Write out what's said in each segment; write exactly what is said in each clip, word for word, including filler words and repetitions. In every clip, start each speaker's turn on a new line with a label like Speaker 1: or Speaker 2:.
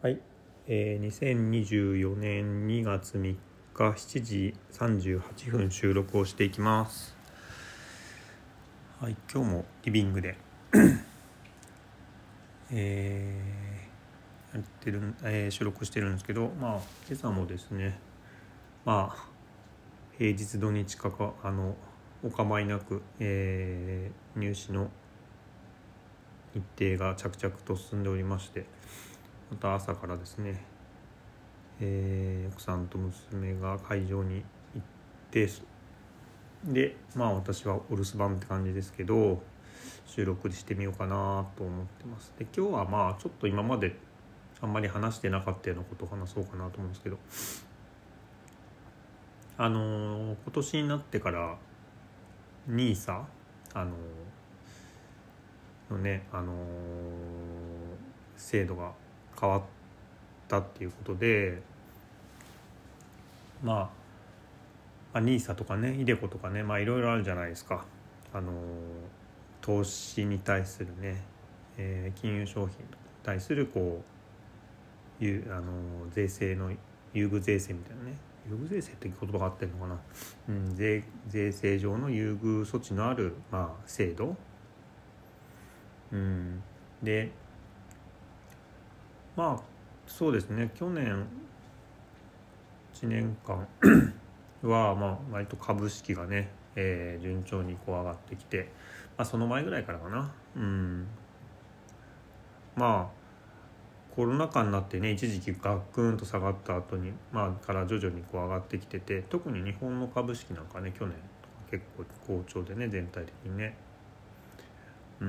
Speaker 1: はい、えー、にせんにじゅうよねんにがつみっかしちじさんじゅうはっぷん収録をしていきます。はい、今日もリビングで、えー、やってる、えー、収録してるんですけど、まあ今朝もですね、まあ平日土日かかあのお構いなく、えー、入試の日程が着々と進んでおりまして、また朝からですね、えー、奥さんと娘が会場に行ってでまあ私はお留守番って感じですけど、収録してみようかなと思ってます。で今日はまあちょっと今まであんまり話してなかったようなことを話そうかなと思うんですけど、あのー、今年になってからニーサあのー、のねあのー、制度が変わったっていうことで、まあまあ、ニーサとかねイデコとかね、まあいろいろあるじゃないですか。あの投資に対するね、えー、金融商品に対するこういうあの税制の優遇税制みたいなね、優遇税制って言葉があってるのかな、うん、税, 税制上の優遇措置のある、まあ、制度、うん、でまあそうですね、去年いちねんかんは、まあ、割と株式がね、えー、順調にこう上がってきて、まあ、その前ぐらいからかな、うん、まあコロナ禍になってね一時期ガクンと下がった後に、まあ、から徐々にこう上がってきてて、特に日本の株式なんかね去年とか結構好調でね、全体的にね、うん、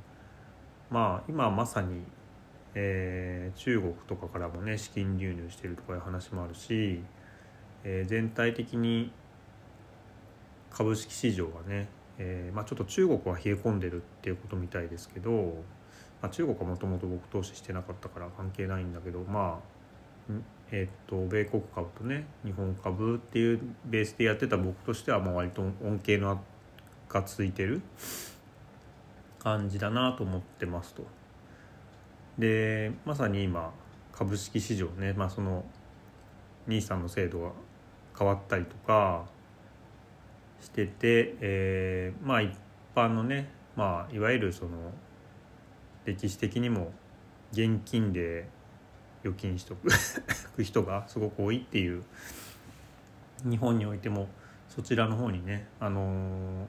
Speaker 1: まあ今まさに、えー、中国とかからもね資金流入しているとかいう話もあるし、えー、全体的に株式市場がね、えーまあ、ちょっと中国は冷え込んでるっていうことみたいですけど、まあ、中国はもともと僕投資してなかったから関係ないんだけど、まあえっと米国株とね日本株っていうベースでやってた僕としては、まあ割と恩恵のがついてる感じだなと思ってますと。でまさに今株式市場ね、まあ、そのニーサの制度が変わったりとかしてて、えー、まあ一般のね、まあいわゆるその歴史的にも現金で預金しとく人がすごく多いっていう日本においても、そちらの方にね、あのー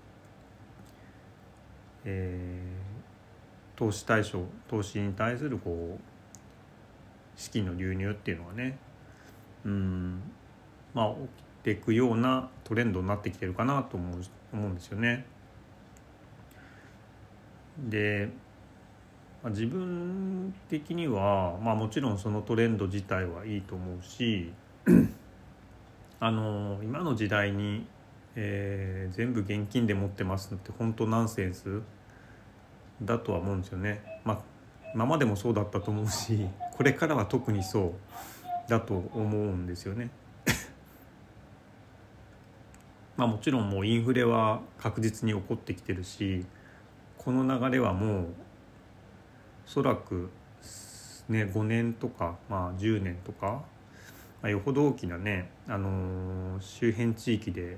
Speaker 1: えー、投資対象投資に対するこう資金の流入っていうのがね、うんまあ起きていくようなトレンドになってきてるかなと思う、思うんですよね。で自分的には、まあ、もちろんそのトレンド自体はいいと思うしあの今の時代に、えー、全部現金で持ってますって本当ナンセンスだとは思うんですよね。まあ今までもそうだったと思うし、これからは特にそうだと思うんですよね。まあもちろんもうインフレは確実に起こってきてるし、この流れはもうおそらくねごねんとか、まあ、じゅうねんとか、まあ、よほど大きなね、あのー、周辺地域で、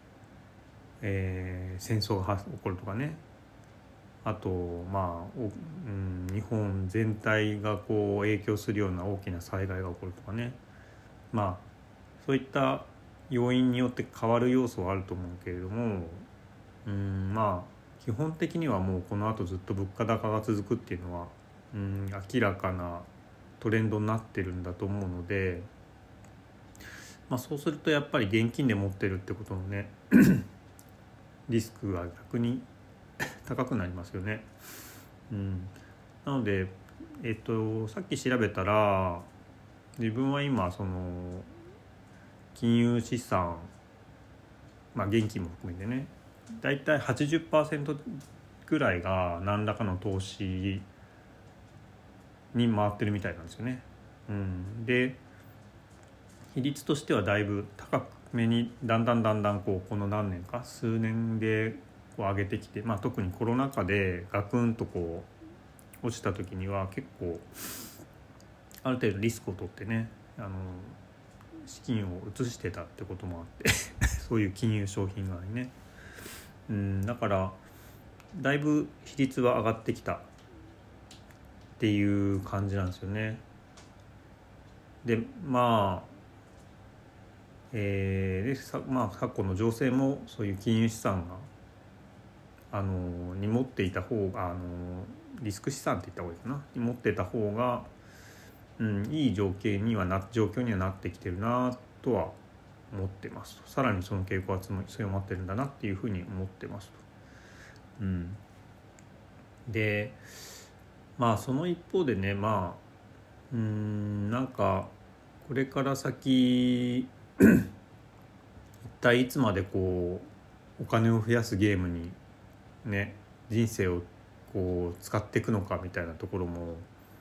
Speaker 1: えー、戦争が起こるとかね、あとまあ、うん、日本全体がこう影響するような大きな災害が起こるとかね、まあそういった要因によって変わる要素はあると思うけれども、うんまあ基本的にはもうこの後ずっと物価高が続くっていうのは、うん、明らかなトレンドになってるんだと思うので、まあ、そうするとやっぱり現金で持ってるってことのねリスクが逆に高くなりますよね。うん、なので、えっと、さっき調べたら自分は今その金融資産、まあ、現金も含めてねだいたい はちじゅっパーセント ぐらいが何らかの投資に回ってるみたいなんですよね。うん、で比率としてはだいぶ高めにだんだんだんだんこうこの何年か数年でこう上げてきて、まあ、特にコロナ禍でガクンとこう落ちた時には結構ある程度リスクを取ってねあの資金を移してたってこともあってそういう金融商品側にね、うん、だからだいぶ比率は上がってきたっていう感じなんですよね。でまあえー、でさまあ、昨今の情勢もそういう金融資産があのに持っていた方があのリスク資産って言った方がいいかなに持ってた方が、うん、いい条件にはな状況にはなってきてるなとは思ってますと。さらにその傾向は強まってるんだなっていうふうに思ってますと。うん、でまあその一方でねまあうーんなんかこれから先一体いつまでこうお金を増やすゲームにね人生をこう使っていくのかみたいなところも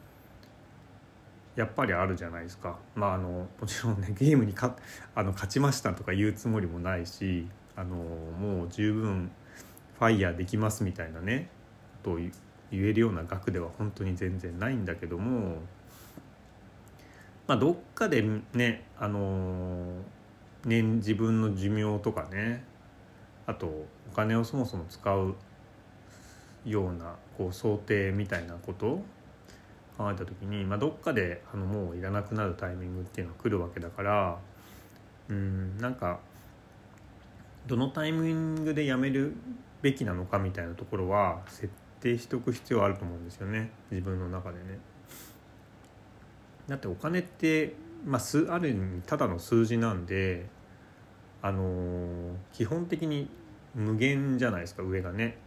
Speaker 1: やっぱりあるじゃないですか。まああのもちろんねゲームにかあの勝ちましたとか言うつもりもないしあのもう十分ファイヤーできますみたいなねと言えるような額では本当に全然ないんだけども、まあどっかでねあのね自分の寿命とかねあとお金をそもそも使うようなこう想定みたいなことを考えた時に、まあ、どっかであのもういらなくなるタイミングっていうのが来るわけだからうんなんかどのタイミングでやめるべきなのかみたいなところは設定しておく必要はあると思うんですよね自分の中でね。だってお金って、まあ、数ある意味ただの数字なんで、あのー、基本的に無限じゃないですか上がね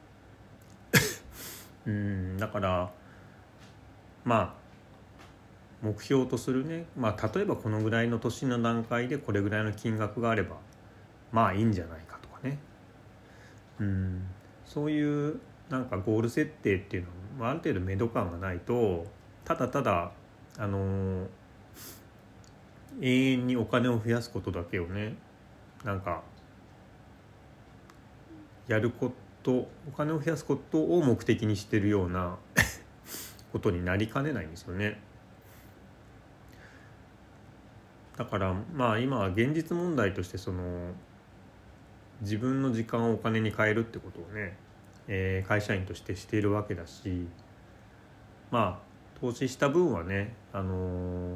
Speaker 1: うんだからまあ目標とするね、まあ、例えばこのぐらいの年の段階でこれぐらいの金額があればまあいいんじゃないかとかね、うんそういうなんかゴール設定っていうのはある程度目処感がないとただただあのー、永遠にお金を増やすことだけをねなんかやることお金を増やすことを目的にしてるようなことになりかねないんですよね。だからまあ今は現実問題としてその自分の時間をお金に変えるってことをね、えー、会社員としてしているわけだしまあ投資した分はねあのー、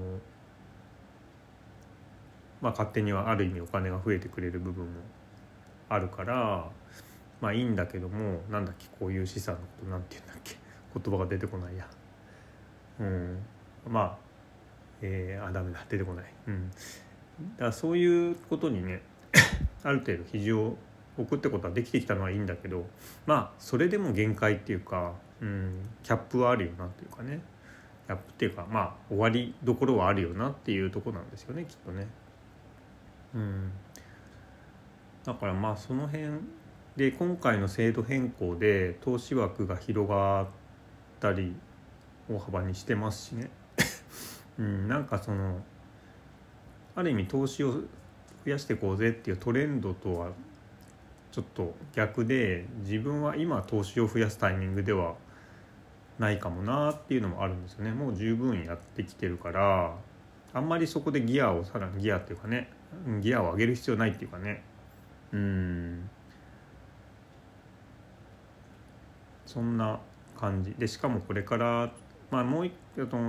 Speaker 1: まあ勝手にはある意味お金が増えてくれる部分もあるからまあいいんだけどもなんだっけこういう資産のことなんて言うんだっけ言葉が出てこないやうんまあえー、あダメだ出てこない、うん、だからそういうことにねある程度比重を置くってことはできてきたのはいいんだけどまあそれでも限界っていうか、うん、キャップはあるよなっていうかねキャップっていうかまあ終わりどころはあるよなっていうところなんですよねきっとね、うん、だからまあその辺で今回の制度変更で投資枠が広がったり大幅にしてますしねうん、なんかそのある意味投資を増やしていこうぜっていうトレンドとはちょっと逆で自分は今投資を増やすタイミングではないかもなっていうのもあるんですよね。もう十分やってきてるからあんまりそこでギアをさらにギアっていうかねギアを上げる必要ないっていうかねうんそんな感じでしかもこれからまあ、もう一個と、うん、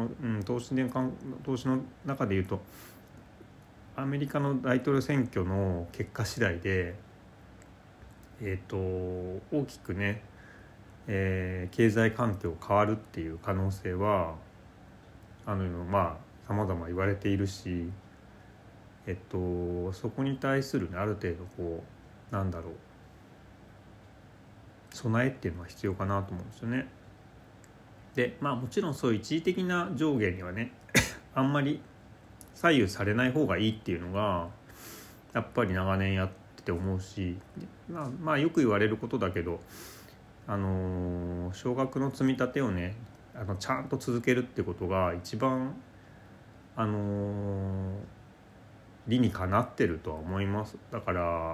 Speaker 1: 投資で投資の中でいうとアメリカの大統領選挙の結果次第で、えー、と大きくね、えー、経済環境変わるっていう可能性はあのまあ様々言われているし、えっと、そこに対する、ね、ある程度こうなんだろう備えっていうのは必要かなと思うんですよね。でまあもちろんそういう一時的な上下にはねあんまり左右されない方がいいっていうのがやっぱり長年やってて思うし、まあ、まあよく言われることだけどあのー、少額の積み立てをねあのちゃんと続けるってことが一番あのー、理にかなってるとは思います。だから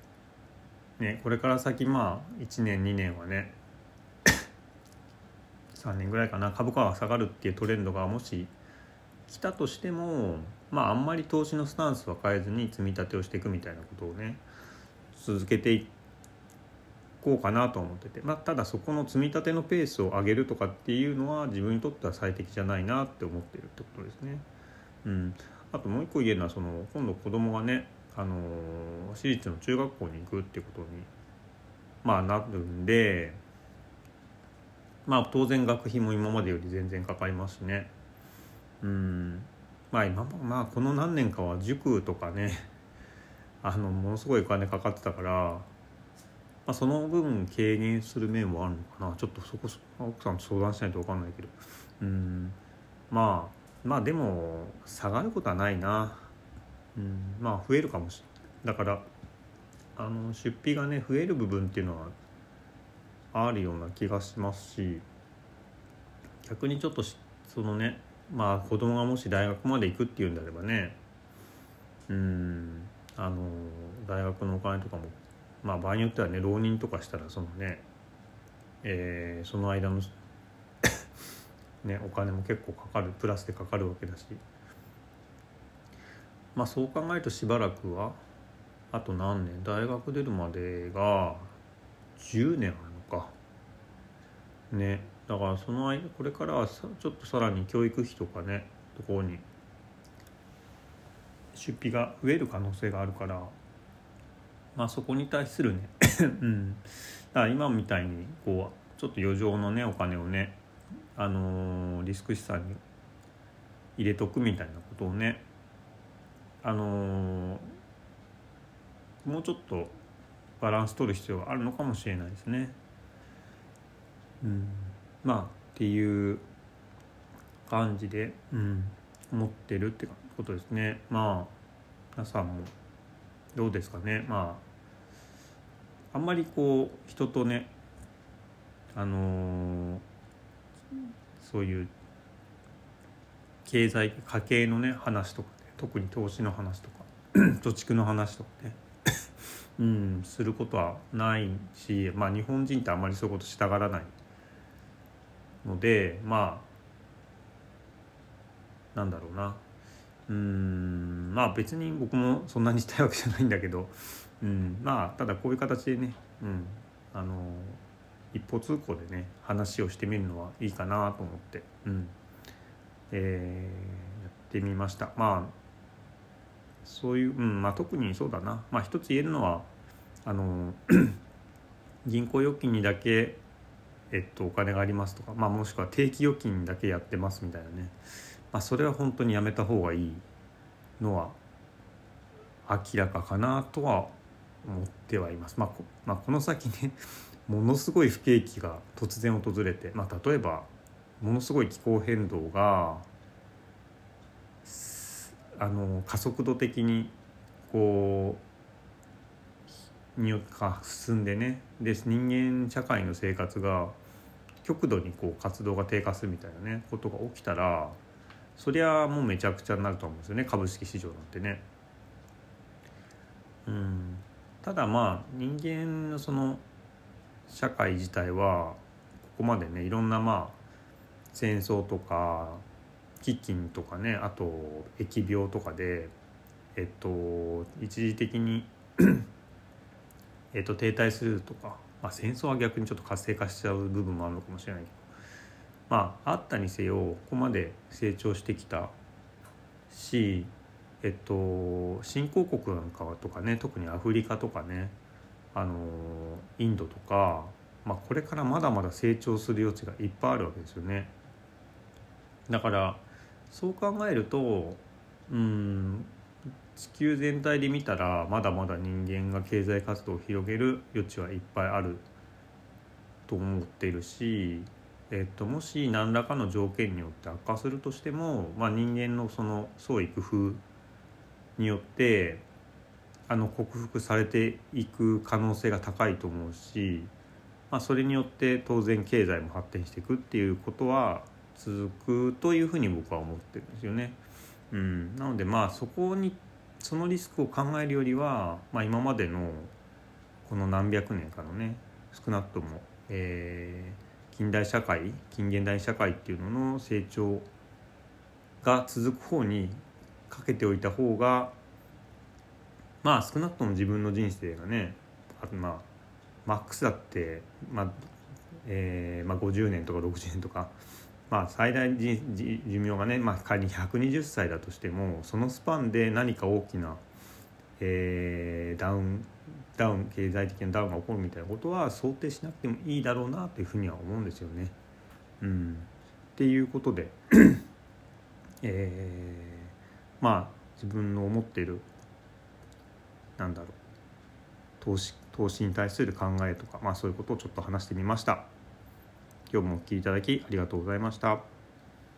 Speaker 1: ねこれから先まあいちねんにねんはねさんねんぐらいかな、株価が下がるっていうトレンドがもし来たとしても、まああんまり投資のスタンスは変えずに積み立てをしていくみたいなことをね続けていこうかなと思ってて、まあ、ただそこの積み立てのペースを上げるとかっていうのは自分にとっては最適じゃないなって思ってるってことですね。うん、あともう一個言えるのはその今度子供がね、あのー、私立の中学校に行くっていうことに、まあ、なるんで、まあ、当然学費も今までより全然かかりますしね。うんまあ今もまあこの何年かは塾とかねあのものすごいお金かかってたから、まあ、その分軽減する面もあるのかな。ちょっとそこ奥さんと相談しないと分かんないけど、うんまあまあでも下がることはないな。うんまあ増えるかもしれない。だからあの出費がね増える部分っていうのはあるような気がしますし、逆にちょっとそのねまあ子供がもし大学まで行くっていうんであればね、うんあの大学のお金とかもまあ場合によってはね浪人とかしたらそのね、えー、その間のねお金も結構かかる、プラスでかかるわけだし、まあそう考えるとしばらくはあと何年、大学出るまでがじゅうねんあるのかね。だからその間これからはさちょっとさらに教育費とかねところに出費が増える可能性があるから、まあそこに対するねうん、だから今みたいにこうちょっと余剰のねお金をね、あのー、リスク資産に入れとくみたいなことをね、あのー、もうちょっとバランス取る必要があるのかもしれないですね。うん、まあっていう感じで、うん、思ってるってことですね。まあ皆さんもどうですかね。まああんまりこう人とね、あのー、そういう経済家計のね話とか、ね、特に投資の話とか貯蓄の話とかねうん、することはないし、まあ日本人ってあんまりそういうことしたがらないので、まあなんだろうな、うーんまあ別に僕もそんなにしたいわけじゃないんだけど、うん、まあただこういう形でね、うん、あの一方通行でね話をしてみるのはいいかなと思って、うんえー、やってみました。まあそういう、うんまあ、特にそうだな、まあ一つ言えるのはあの銀行預金にだけ、えっと、お金がありますとか、まあ、もしくは定期預金だけやってますみたいなね、まあ、それは本当にやめた方がいいのは明らかかなとは思ってはいます。まあ、こまあ、この先ねものすごい不景気が突然訪れて、まあ、例えばものすごい気候変動があの加速度的にこうによって進んでね、で人間社会の生活が極度にこう活動が低下するみたいなねことが起きたら、そりゃもうめちゃくちゃになると思うんですよね、株式市場なんてね。うん、ただまあ人間のその社会自体はここまでねいろんなまあ戦争とか飢饉とかね、あと疫病とかでえっと一時的にえっと停滞するとか、まあ、戦争は逆にちょっと活性化しちゃう部分もあるのかもしれないけど、まああったにせよここまで成長してきたし、えっと新興国なんかとかね、特にアフリカとかね、あのインドとか、まあ、これからまだまだ成長する余地がいっぱいあるわけですよね。だからそう考えると、うん地球全体で見たらまだまだ人間が経済活動を広げる余地はいっぱいあると思っているし、えっと、もし何らかの条件によって悪化するとしても、まあ、人間のその創意工夫によってあの克服されていく可能性が高いと思うし、まあ、それによって当然経済も発展していくっていうことは続くというふうに僕は思ってるんですよね。うん、なのでまあそこにそのリスクを考えるよりは、まあ、今までのこの何百年かのね少なくとも、えー、 近代社会近現代社会っていうのの成長が続く方にかけておいた方がまあ少なくとも自分の人生がねあとまあマックスだってまあ、えーまあ、ごじゅうねんとかろくじゅうねんとかまあ最大寿命がね、まあ、仮にひゃくにじゅっさいだとしてもそのスパンで何か大きな、えー、ダウンダウン経済的なダウンが起こるみたいなことは想定しなくてもいいだろうなというふうには思うんですよね。うん、っていうことで、えー、まあ自分の思っているなんだろう投資、投資に対する考えとか、まあ、そういうことをちょっと話してみました。今日もお聞きいただきありがとうございました。